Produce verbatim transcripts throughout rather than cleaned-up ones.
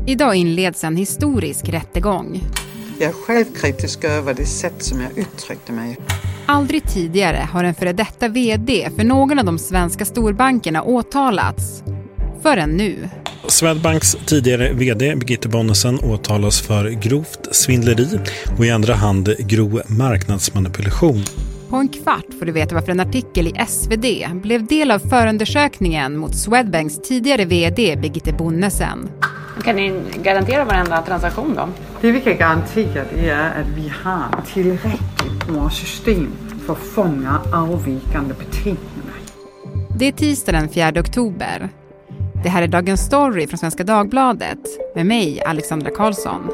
Idag inleds en historisk rättegång. Jag är självkritisk över det sätt som jag uttryckte mig. Aldrig tidigare har en före detta vd för någon av de svenska storbankerna åtalats. Förrän nu. Swedbanks tidigare vd Birgitte Bonnesen åtalas för grovt svindleri och i andra hand grov marknadsmanipulation. På en kvart får du veta varför en artikel i S V D blev del av förundersökningen mot Swedbanks tidigare vd Birgitte Bonnesen. Kan ni garantera varenda transaktion då? Det vi kan garantera det är att vi har tillräckligt bra system för att fånga avvikande beteenden. Det är tisdag den fjärde oktober. Det här är Dagens Story från Svenska Dagbladet med mig, Alexandra Karlsson.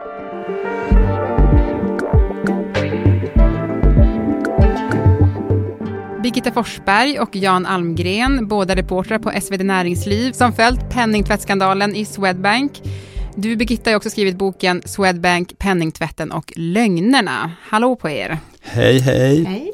Birgitta Forsberg och Jan Almgren, båda reportrar på S V D Näringsliv som följt penningtvättskandalen i Swedbank. Du, Birgitta, har också skrivit boken Swedbank, penningtvätten och lögnerna. Hallå på er. Hej, hej. Hej.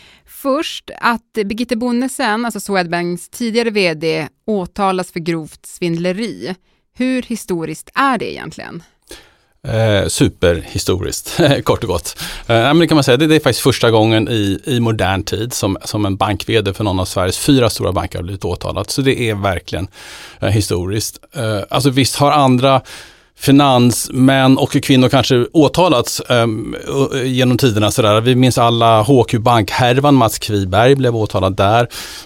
Först att Birgitte Bonnesen, alltså Swedbanks tidigare vd, åtalas för grovt svindleri. Hur historiskt är det egentligen? Eh, superhistoriskt, kort och gott. Eh, men det kan man säga, det, det är faktiskt första gången i, i modern tid som, som en bankvd för någon av Sveriges fyra stora banker har blivit åtalat. Så det är verkligen eh, historiskt. Eh, alltså visst har andra finansmän och kvinnor kanske åtalats um, genom tiderna. Sådär. Vi minns alla H Q Bank-härvan, Mats Kviberg blev åtalad där.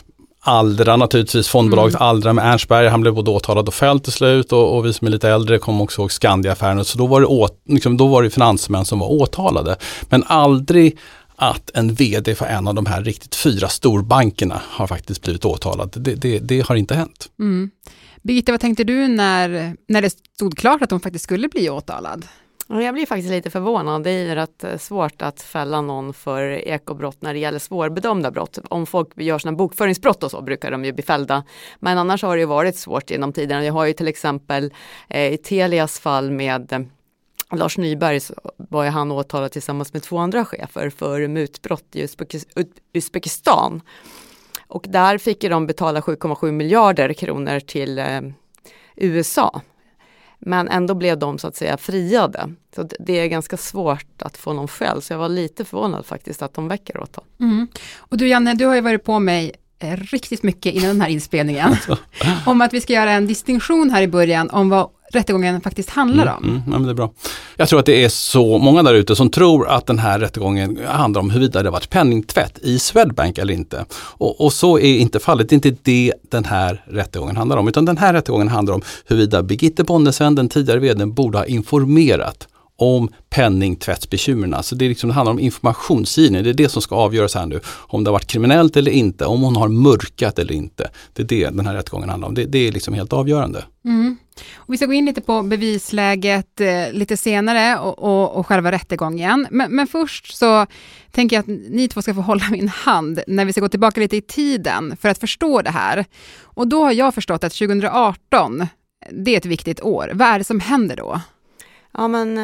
Aldra naturligtvis, fondbolaget mm. Aldra med Ernstberg, han blev både åtalad och fälld till slut och, och vi som är lite äldre kom också ihåg Skandia-affären. Så då var, det åt, liksom, då var det finansmän som var åtalade. Men aldrig att en vd för en av de här riktigt fyra storbankerna har faktiskt blivit åtalad. Det, det, det har inte hänt. Mm. Birgitta, vad tänkte du när, när det stod klart att de faktiskt skulle bli åtalad? Jag blir faktiskt lite förvånad. Det är rätt svårt att fälla någon för ekobrott när det gäller svårbedömda brott. Om folk gör sina bokföringsbrott och så brukar de ju bli fällda. Men annars har det ju varit svårt genom tiden. Jag har ju till exempel eh, i Telias fall med eh, Lars Nyberg, var han åtalad tillsammans med två andra chefer för mutbrott i Uzbekis- Uzbekistan. Och där fick de betala sju komma sju miljarder kronor till eh, U S A. Men ändå blev de så att säga friade. Så det är ganska svårt att få någon fäll. Så jag var lite förvånad faktiskt att de väcker åtal. Mm. Och du, Janne, du har ju varit på mig eh, riktigt mycket innan den här inspelningen. om att vi ska göra en distinktion här i början om vad rättegången faktiskt handlar om. Mm, mm, ja, men det är bra. Jag tror att det är så många där ute som tror att den här rättegången handlar om huruvida det har varit penningtvätt i Swedbank eller inte. Och, och så är inte fallet. Det är inte det den här rättegången handlar om. Utan den här rättegången handlar om huruvida Birgitte Bonnesen, den tidigare vdn, borde ha informerat om penningtvättsbekymmerna. Så det, är liksom, det handlar om informationsgivning. Det är det som ska avgöras här nu. Om det har varit kriminellt eller inte. Om hon har mörkat eller inte. Det är det den här rättegången handlar om. Det, det är liksom helt avgörande. Mm. Och vi ska gå in lite på bevisläget eh, lite senare och, och, och själva rättegången. Men, men först så tänker jag att ni två ska få hålla min hand när vi ska gå tillbaka lite i tiden för att förstå det här. Och då har jag förstått att tjugo arton, det är ett viktigt år. Vad är det som händer då? Ja, men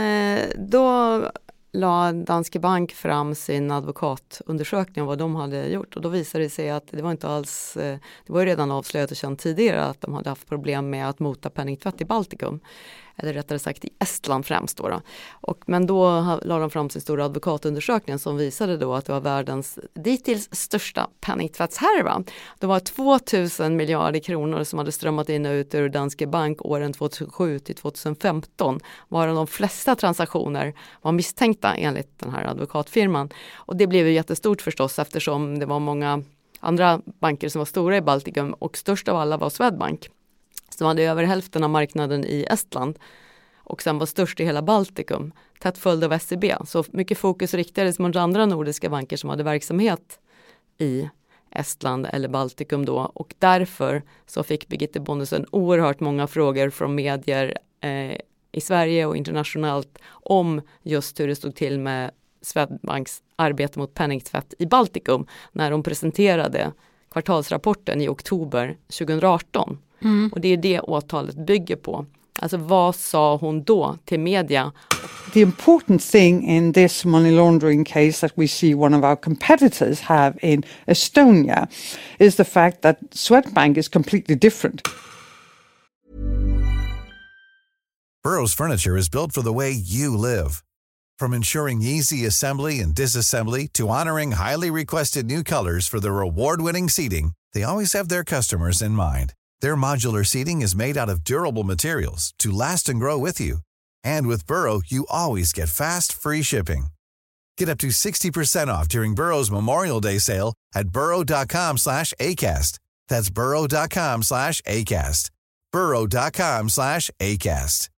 då la Danske Bank fram sin advokatundersökning om vad de hade gjort. Och då visade det sig att det var inte alls, det var ju redan avslöjat och känt tidigare att de hade haft problem med att mota penningtvätt i Baltikum. Eller rättare sagt i Estland främst då. då. Och, men då la de fram sin stora advokatundersökning som visade då att det var världens dittills största penningtvättshärva. Det var tvåtusen miljarder kronor som hade strömmat in och ut ur Danske Bank åren tjugohundrasju till tjugohundrafemton. Varav de flesta transaktioner var misstänkta enligt den här advokatfirman. Och det blev ju jättestort förstås eftersom det var många andra banker som var stora i Baltikum och störst av alla var Swedbank. Som hade över hälften av marknaden i Estland och sen var störst i hela Baltikum, tätt följd av S E B. Så mycket fokus riktades mot andra nordiska banker som hade verksamhet i Estland eller Baltikum då. Och därför så fick Birgitte Bonnesen oerhört många frågor från medier eh, i Sverige och internationellt om just hur det stod till med Swedbanks arbete mot penningtvätt i Baltikum när de presenterade kvartalsrapporten i oktober tjugo arton. Mm. Och det är det åtalet bygger på. Alltså vad sa hon då till media? The important thing in this money laundering case that we see one of our competitors have in Estonia is the fact that Swedbank is completely different. Burrow's furniture is built for the way you live. From ensuring easy assembly and disassembly to honoring highly requested new colors for their award-winning seating, they always have their customers in mind. Their modular seating is made out of durable materials to last and grow with you. And with Burrow, you always get fast, free shipping. Get up to sixty percent off during Burrow's Memorial Day sale at burrow.com slash ACAST. That's burrow.com slash ACAST. burrow.com slash ACAST.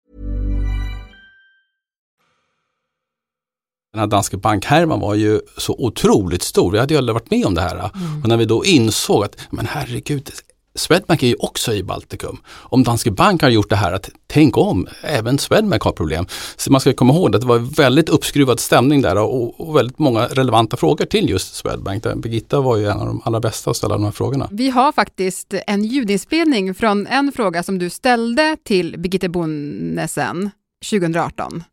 Den här Danske Bank-härvan var ju så otroligt stor. Vi hade ju aldrig varit med om det här. Mm. Och när vi då insåg att, men herregud, Swedbank är ju också i Baltikum. Om Danske Bank har gjort det här, att tänk om, även Swedbank har problem. Så man ska komma ihåg att det var väldigt uppskruvad stämning där och, och väldigt många relevanta frågor till just Swedbank. Där Birgitta var ju en av de allra bästa att ställa de här frågorna. Vi har faktiskt en ljudinspelning från en fråga som du ställde till Birgitte Bonnesen tjugoarton.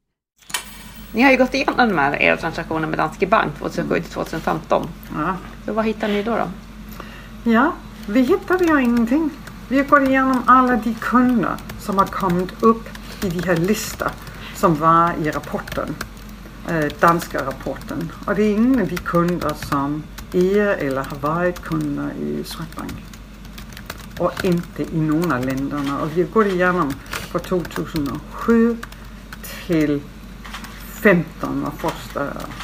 Ni har ju gått igenom de här era transaktioner med Danske Bank tjugohundrasju till tjugohundrafemton. Ja. Så vad hittar ni då då? Ja, vi hittade ju ingenting. Vi har gått igenom alla de kunder som har kommit upp i de här listor som var i rapporten, eh, danska rapporten. Och det är ingen av de kunder som är eller har varit kunder i Swedbank. Och inte i någon av länderna. Och vi har gått igenom från tjugohundrasju till femton var första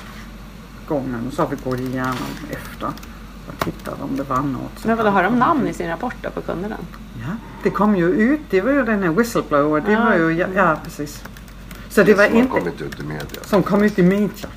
gången, så har vi gått igenom efter och tittat om det var något. Men vad har de namn i sin rapport då på kunderna? Ja, det kom ju ut, det var ju den här whistleblower, det ja. var ju, ja, ja precis. Så det, det var inte kommit ut i media. Som kom ut i media.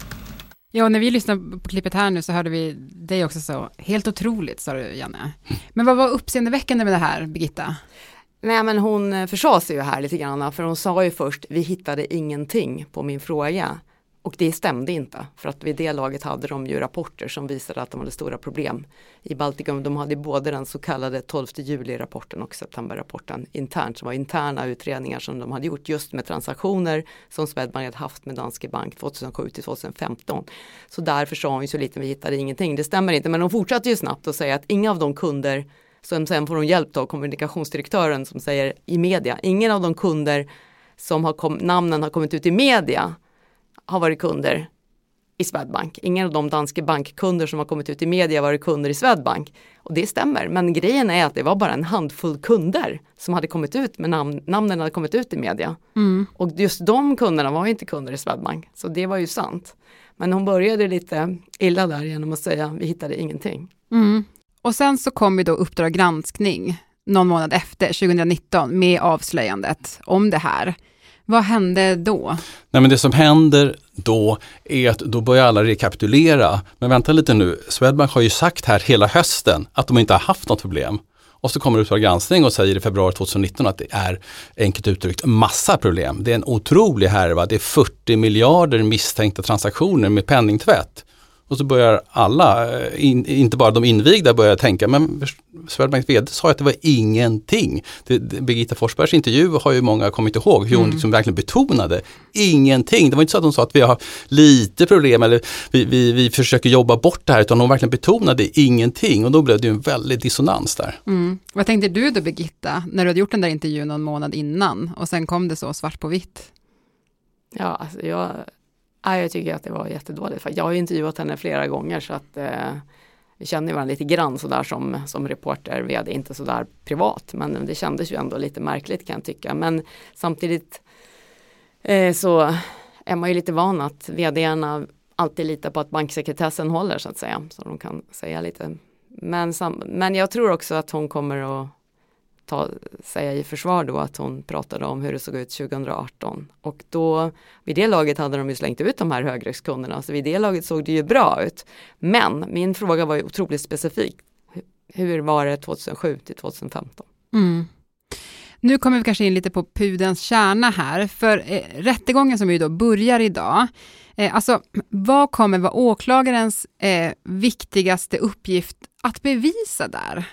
Ja, när vi lyssnade på klippet här nu så hörde vi dig också så, helt otroligt, sa du, Janne. Men vad var uppseendeväckande med det här, Birgitta? Nej, men hon försade sig ju här lite grann, för hon sa ju först, vi hittade ingenting på min fråga. Och det stämde inte, för att vid det laget hade de ju rapporter som visade att de hade stora problem i Baltikum. De hade både den så kallade tolfte juli-rapporten och september-rapporten internt, som var interna utredningar som de hade gjort just med transaktioner som Swedbank hade haft med Danske Bank tjugohundrasju till tjugohundrafemton. Så därför sa hon ju så lite, vi hittade ingenting. Det stämmer inte, men de fortsatte ju snabbt att säga att inga av de kunder, som sen får de hjälp av kommunikationsdirektören som säger i media, ingen av de kunder som har kom, namnen har kommit ut i media har varit kunder i Swedbank. Ingen av de danska bankkunder som har kommit ut i media har varit kunder i Swedbank. Och det stämmer, men grejen är att det var bara en handfull kunder som hade kommit ut med namn, namnen hade kommit ut i media. Mm. Och just de kunderna var inte kunder i Swedbank, så det var ju sant. Men hon började lite illa där genom att säga vi hittade ingenting. Mm. Och sen så kom ju då Uppdrag granskning någon månad efter, tjugohundranitton, med avslöjandet om det här. Vad hände då? Nej, men det som händer då är att då börjar alla rekapitulera. Men vänta lite nu, Swedbank har ju sagt här hela hösten att de inte har haft något problem. Och så kommer det ut på granskning och säger i februari tjugohundranitton att det är enkelt uttryckt massa problem. Det är en otrolig härva, det är fyrtio miljarder misstänkta transaktioner med penningtvätt. Och så börjar alla, in, inte bara de invigda, börjar tänka, men Swedbanks vd sa att det var ingenting. Det, det, Birgitta Forsbergs intervju har ju många kommit ihåg hur hon liksom verkligen betonade ingenting. Det var inte så att hon sa att vi har lite problem eller vi, vi, vi försöker jobba bort det här, utan hon verkligen betonade ingenting. Och då blev det ju en väldig dissonans där. Mm. Vad tänkte du då, Birgitta, när du hade gjort den där intervjun någon månad innan och sen kom det så svart på vitt? Ja, alltså jag... Ja, jag tycker att det var jättedåligt. För jag har ju intervjuat henne flera gånger, så att eh, vi känner varandra lite grann sådär som, som reporter, vd, inte sådär privat. Men det kändes ju ändå lite märkligt, kan jag tycka. Men samtidigt eh, så är man ju lite van att vdarna alltid litar på att banksekretessen håller, så att säga. Så de kan säga lite. Men, sam- men jag tror också att hon kommer att ta, säga i försvar då att hon pratade om hur det såg ut tjugohundraarton. Och då, vid det laget hade de ju slängt ut de här högriskkunderna. Så vid det laget såg det ju bra ut. Men min fråga var ju otroligt specifik. Hur var det tjugohundrasju till tjugohundrafemton? Mm. Nu kommer vi kanske in lite på pudelns kärna här. För eh, rättegången som ju då börjar idag. Eh, alltså, vad kommer vara åklagarens eh, viktigaste uppgift att bevisa där?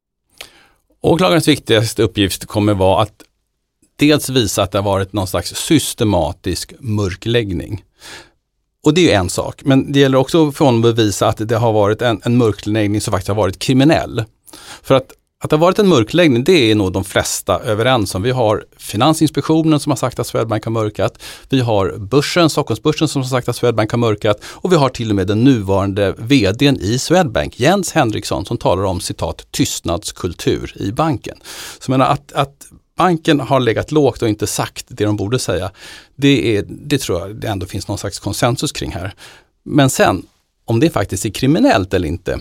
Åklagarens viktigaste uppgift kommer vara att dels visa att det har varit någon slags systematisk mörkläggning. Och det är ju en sak. Men det gäller också för honom att bevisa att det har varit en, en mörkläggning som faktiskt har varit kriminell. För att Att det har varit en mörkläggning, det är nog de flesta överens om. Vi har Finansinspektionen som har sagt att Swedbank har mörkat. Vi har börsen, Stockholmsbörsen som har sagt att Swedbank har mörkat. Och vi har till och med den nuvarande vdn i Swedbank, Jens Henriksson, som talar om citat tystnadskultur i banken. Så jag menar att, att banken har legat lågt och inte sagt det de borde säga, det, är, det tror jag det ändå finns någon slags konsensus kring här. Men sen, om det faktiskt är kriminellt eller inte,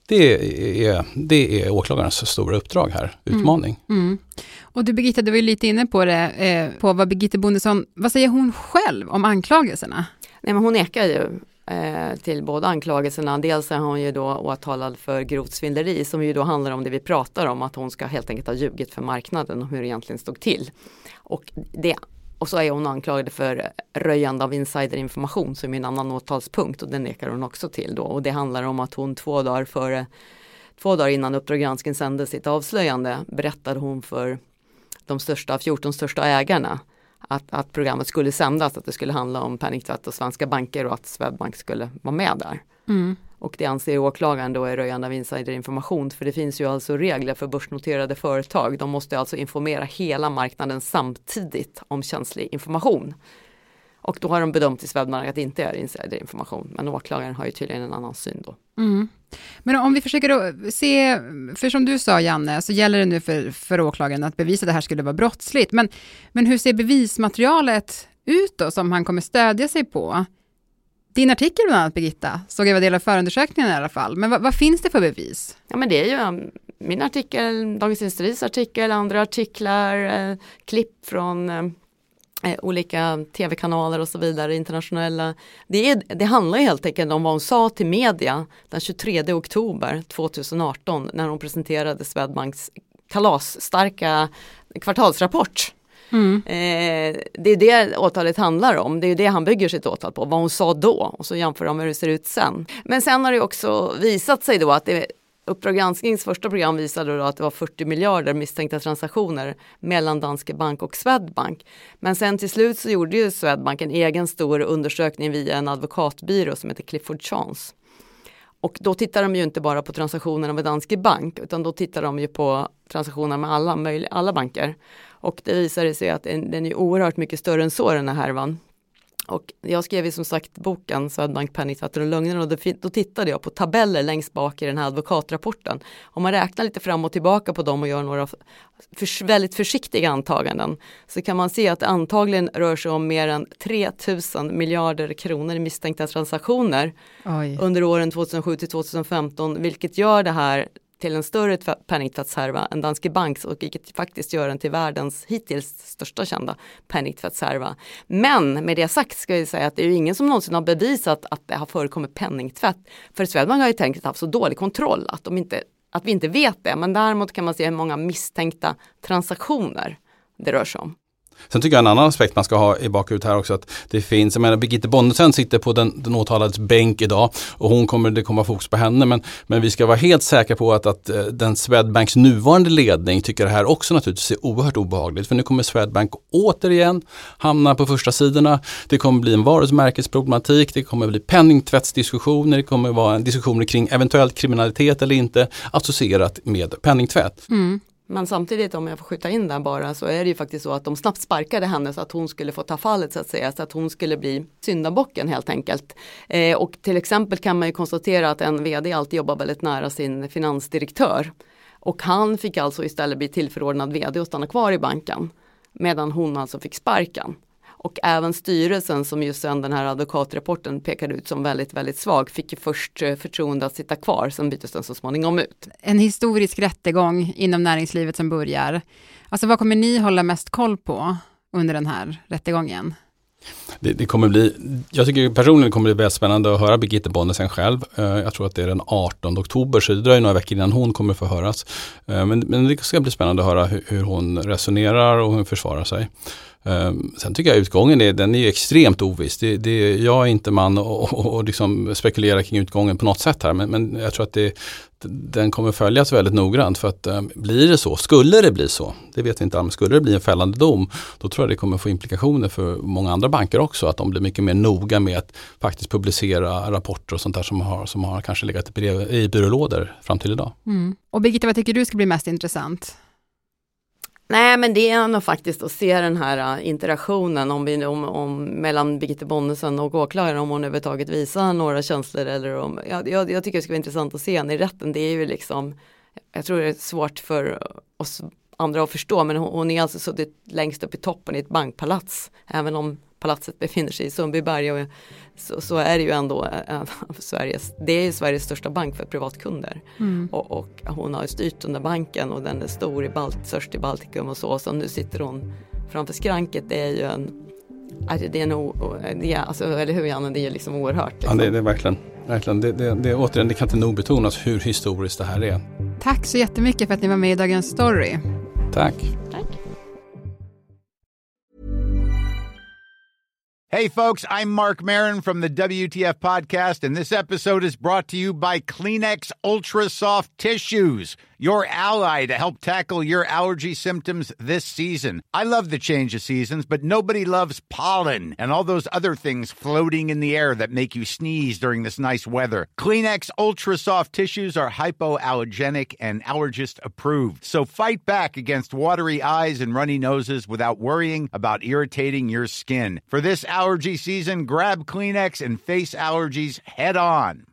Det är, det är åklagarens stora uppdrag här, utmaning. Mm. Mm. Och du Birgitta, du var ju lite inne på det, eh, på vad Birgitte Bonnesen, vad säger hon själv om anklagelserna? Nej, men hon nekar ju eh, till båda anklagelserna. Dels är hon ju då åtalad för grovt svindleri som ju då handlar om det vi pratar om, att hon ska helt enkelt ha ljugit för marknaden om hur det egentligen stod till. Och det Och så är hon anklagad för röjande av insiderinformation som är en annan åtalspunkt, och den nekar hon också till då. Och det handlar om att hon två dagar före, två dagar innan Uppdrag granskning sände sitt avslöjande berättade hon för de största, fjorton största ägarna att, att programmet skulle sändas, att det skulle handla om penningtvätt och svenska banker och att Swedbank skulle vara med där. Mm. Och det anser åklagaren då är röjande av insiderinformation, för det finns ju alltså regler för börsnoterade företag. De måste alltså informera hela marknaden samtidigt om känslig information. Och då har de bedömt i Swedbank att det inte är insiderinformation. Men åklagaren har ju tydligen en annan syn då. Mm. Men om vi försöker då se, för som du sa Janne, så gäller det nu för, för åklagaren att bevisa att det här skulle vara brottsligt. Men, men hur ser bevismaterialet ut då som han kommer stödja sig på? Din artikel bland annat, Birgitta, såg jag var del av förundersökningen i alla fall. Men vad, vad finns det för bevis? Ja, men det är ju um, min artikel, Dagens Industris artikel, andra artiklar, eh, klipp från eh, olika tv-kanaler och så vidare, internationella. Det, är, det handlar helt enkelt om vad hon sa till media den tjugotredje oktober tjugoarton när hon presenterade Swedbanks kalasstarka kvartalsrapport. Mm. Eh, det är det åtalet handlar om. Det är det han bygger sitt åtal på. Vad hon sa då. Och så jämför de med hur det ser ut sen. Men sen har det också visat sig då att det, Uppdrag gransknings första program visade då att det var fyrtio miljarder misstänkta transaktioner mellan Danske Bank och Swedbank. Men sen till slut så gjorde ju Swedbank en egen stor undersökning via en advokatbyrå som heter Clifford Chance. Och då tittar de ju inte bara på transaktionerna med Danske Bank, utan då tittar de ju på transaktioner med alla, möjliga, alla banker. Och det visar sig att den är oerhört mycket större än så, den här härvan. Och jag skrev ju som sagt boken Swedbank, penningtvätt och lögner, och då tittade jag på tabeller längst bak i den här advokatrapporten. Om man räknar lite fram och tillbaka på dem och gör några för, väldigt försiktiga antaganden, så kan man se att det antagligen rör sig om mer än tre tusen miljarder kronor i misstänkta transaktioner Oj. under åren tjugohundrasju till tjugohundrafemton, vilket gör det här till en större penningtvättshärva än Danske Banks, och vilket faktiskt gör den till världens hittills största kända penningtvättshärva. Men med det sagt ska jag säga att det är ju ingen som någonsin har bevisat att det har förekommit penningtvätt. För Swedbank har ju tänkt att haft så dålig kontroll att, de inte, att vi inte vet det. Men däremot kan man se hur många misstänkta transaktioner det rör sig om. Sen tycker jag en annan aspekt man ska ha i bakut här också, att det finns, jag menar Birgitte Bonnesen sitter på den, den åtalades bänk idag och hon kommer, det kommer fokus på henne, men, men vi ska vara helt säkra på att, att den Swedbanks nuvarande ledning tycker det här också naturligtvis är oerhört obehagligt, för nu kommer Swedbank återigen hamna på första sidorna, det kommer bli en varumärkesproblematik, det kommer bli penningtvättsdiskussioner, det kommer vara diskussioner kring eventuellt kriminalitet eller inte associerat med penningtvätt. Mm. Men samtidigt, om jag får skjuta in där bara, så är det ju faktiskt så att de snabbt sparkade henne så att hon skulle få ta fallet så att säga, så att hon skulle bli syndabocken helt enkelt. Eh, och till exempel kan man ju konstatera att en vd alltid jobbar väldigt nära sin finansdirektör. Och han fick alltså istället bli tillförordnad vd och stanna kvar i banken, medan hon alltså fick sparken. Och även styrelsen, som just sen den här advokatrapporten pekade ut som väldigt, väldigt svag, fick ju först förtroende att sitta kvar, sen byttes den så småningom ut. En historisk rättegång inom näringslivet som börjar. Alltså vad kommer ni hålla mest koll på under den här rättegången? Det, det kommer bli, jag tycker personligen kommer det bli väldigt spännande att höra Birgitte Bonnesen själv. Jag tror att det är den artonde oktober, så det dröjer några veckor innan hon kommer få höras. Men, men det ska bli spännande att höra hur, hur hon resonerar och hur hon försvarar sig. Um, sen tycker jag utgången är, den är ju extremt oviss. Det, det, jag är inte man och, och, och liksom spekulera kring utgången på något sätt här. Men, men jag tror att det, den kommer följas väldigt noggrant. För att um, blir det så, skulle det bli så, det vet vi inte, men skulle det bli en fällande dom, då tror jag det kommer få implikationer för många andra banker också. Att de blir mycket mer noga med att faktiskt publicera rapporter och sånt där som har, som har kanske legat i, brev, i byrålådor fram till idag. Mm. Och Birgitta, vad tycker du ska bli mest intressant? Nej, men det är nog faktiskt att se den här uh, interaktionen om vi, om, om, mellan Birgitte Bonnesen och åklagaren, om hon överhuvudtaget visar några känslor. Eller om, ja, jag, jag tycker det ska vara intressant att se henne i rätten. Det är ju liksom, jag tror det är svårt för oss andra att förstå, men hon, hon är alltså suttit längst upp i toppen i ett bankpalats, även om palatset befinner sig i Sundbyberg, och så, så är det ju ändå äh, Sveriges, det är ju Sveriges största bank för privatkunder. Mm. Och, och hon har ju styrt den där banken, och den är stor i Balt, störst i Baltikum och så, så nu sitter hon framför skranket. Det är ju en, alltså det är nog, det är, alltså, eller hur Janne, det är liksom oerhört. Liksom. Ja, det, det är verkligen, verkligen. Det, det, det, återigen, det kan inte nog betonas hur historiskt det här är. Tack så jättemycket för att ni var med i Dagens Story. Tack. Tack. Hey, folks, I'm Mark Maron from the W T F podcast, and this episode is brought to you by Kleenex Ultra Soft Tissues, your ally to help tackle your allergy symptoms this season. I love the change of seasons, but nobody loves pollen and all those other things floating in the air that make you sneeze during this nice weather. Kleenex Ultra Soft Tissues are hypoallergenic and allergist approved, so fight back against watery eyes and runny noses without worrying about irritating your skin. For this allergy season, grab Kleenex and face allergies head on.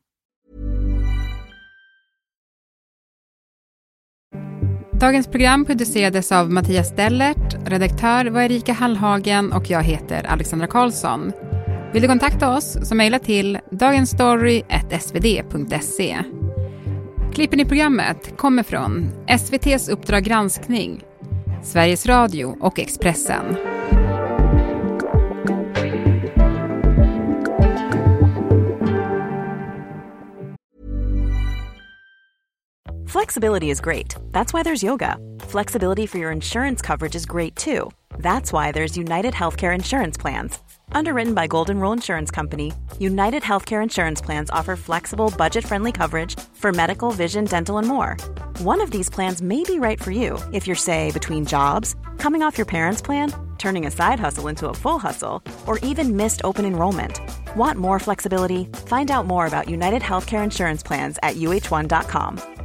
Dagens program producerades av Mattias Dellert, redaktör var Erika Hallhagen och jag heter Alexandra Karlsson. Vill du kontakta oss så mejla till dagensstory at s v d punkt se. Klippen i programmet kommer från S V T:s Uppdrag granskning, Sveriges Radio och Expressen. Flexibility is great. That's why there's yoga. Flexibility for your insurance coverage is great too. That's why there's United Healthcare Insurance Plans. Underwritten by Golden Rule Insurance Company, United Healthcare Insurance Plans offer flexible, budget-friendly coverage for medical, vision, dental, and more. One of these plans may be right for you if you're, say, between jobs, coming off your parents' plan, turning a side hustle into a full hustle, or even missed open enrollment. Want more flexibility? Find out more about United Healthcare Insurance Plans at u h one dot com.